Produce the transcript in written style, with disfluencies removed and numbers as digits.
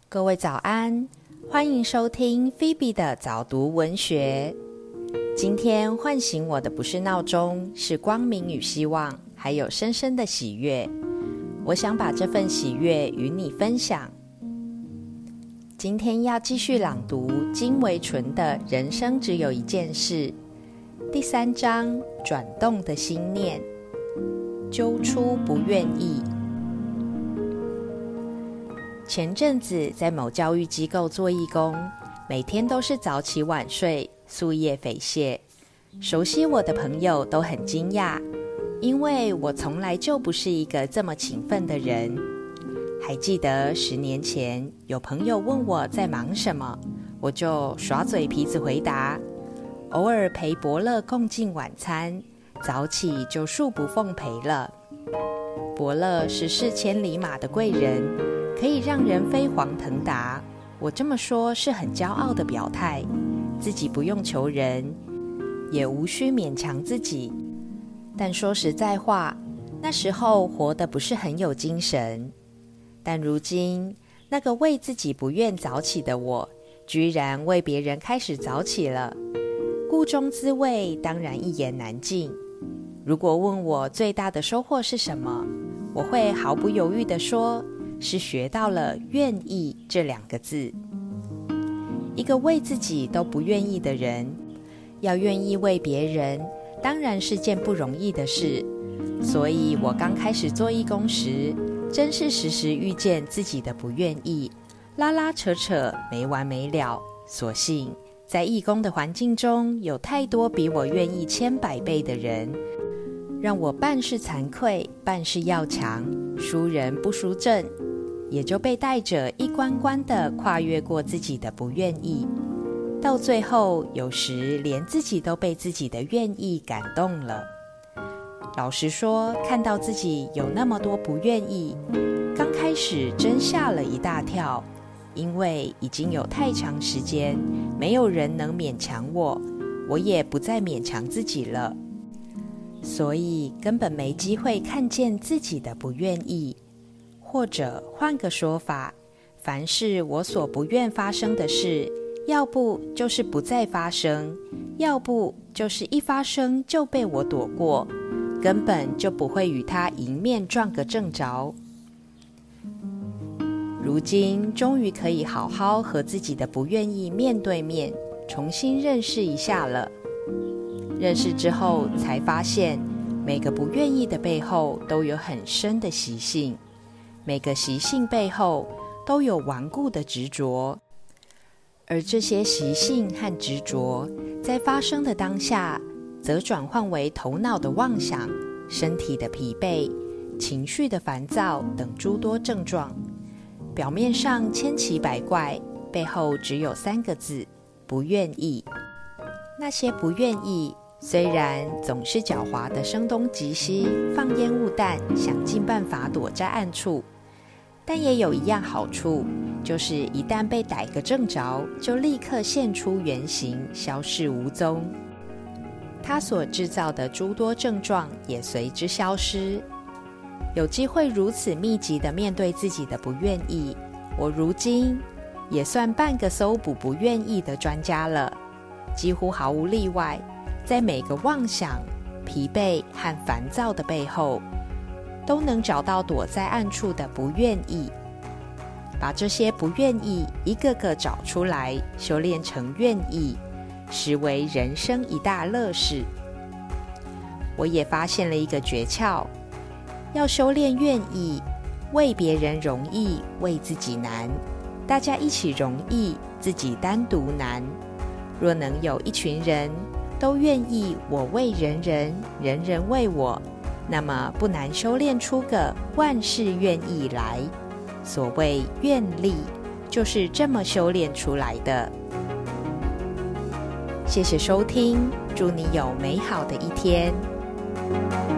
各位早安，欢迎收听菲比的早读文学。今天唤醒我的不是闹钟，是光明与希望，还有深深的喜悦。我想把这份喜悦与你分享。今天要继续朗读金维纯的《人生只有一件事》第3章，转动的心念，揪出不愿意。前阵子在某教育机构做义工，每天都是早起晚睡，夙夜匪懈。熟悉我的朋友都很惊讶，因为我从来就不是一个这么勤奋的人。还记得10年前，有朋友问我在忙什么，我就耍嘴皮子回答，偶尔陪伯乐共进晚餐，早起就恕不奉陪了。伯乐是视千里马的贵人，可以让人飞黄腾达，我这么说是很骄傲的表态，自己不用求人，也无需勉强自己。但说实在话，那时候活得不是很有精神。但如今，那个为自己不愿早起的我，居然为别人开始早起了，故中滋味当然一言难尽。如果问我最大的收获是什么，我会毫不犹豫地说，是学到了愿意这2个字。一个为自己都不愿意的人，要愿意为别人，当然是件不容易的事。所以我刚开始做义工时，真是时时遇见自己的不愿意，拉拉扯扯没完没了。所幸在义工的环境中，有太多比我愿意100倍的人，让我办事惭愧，办事要强，输人不输阵，也就被带着一关关地跨越过自己的不愿意。到最后，有时连自己都被自己的愿意感动了。老实说，看到自己有那么多不愿意，刚开始真吓了一大跳，因为已经有太长时间没有人能勉强我，我也不再勉强自己了，所以根本没机会看见自己的不愿意。或者换个说法，凡是我所不愿发生的事，要不就是不再发生，要不就是一发生就被我躲过，根本就不会与他迎面撞个正着。如今终于可以好好和自己的不愿意面对面，重新认识一下了。认识之后才发现，每个不愿意的背后都有很深的习性，每个习性背后都有顽固的执着，而这些习性和执着在发生的当下，则转换为头脑的妄想、身体的疲惫、情绪的烦躁等诸多症状。表面上千奇百怪，背后只有3个字：不愿意。那些不愿意，虽然总是狡猾的声东击西，放烟雾弹，想尽办法躲在暗处，但也有一样好处，就是一旦被逮个正着，就立刻现出原形，消失无踪。它所制造的诸多症状也随之消失。有机会如此密集地面对自己的不愿意，我如今也算半个搜捕不愿意的专家了。几乎毫无例外，在每个妄想、疲惫和烦躁的背后，都能找到躲在暗处的不愿意。把这些不愿意一个个找出来，修炼成愿意，实为人生一大乐事。我也发现了一个诀窍，要修炼愿意，为别人容易，为自己难。大家一起容易，自己单独难。若能有一群人都愿意我为人人，人人为我，那么不难修炼出个万事愿意来。所谓愿力，就是这么修炼出来的。谢谢收听，祝你有美好的一天。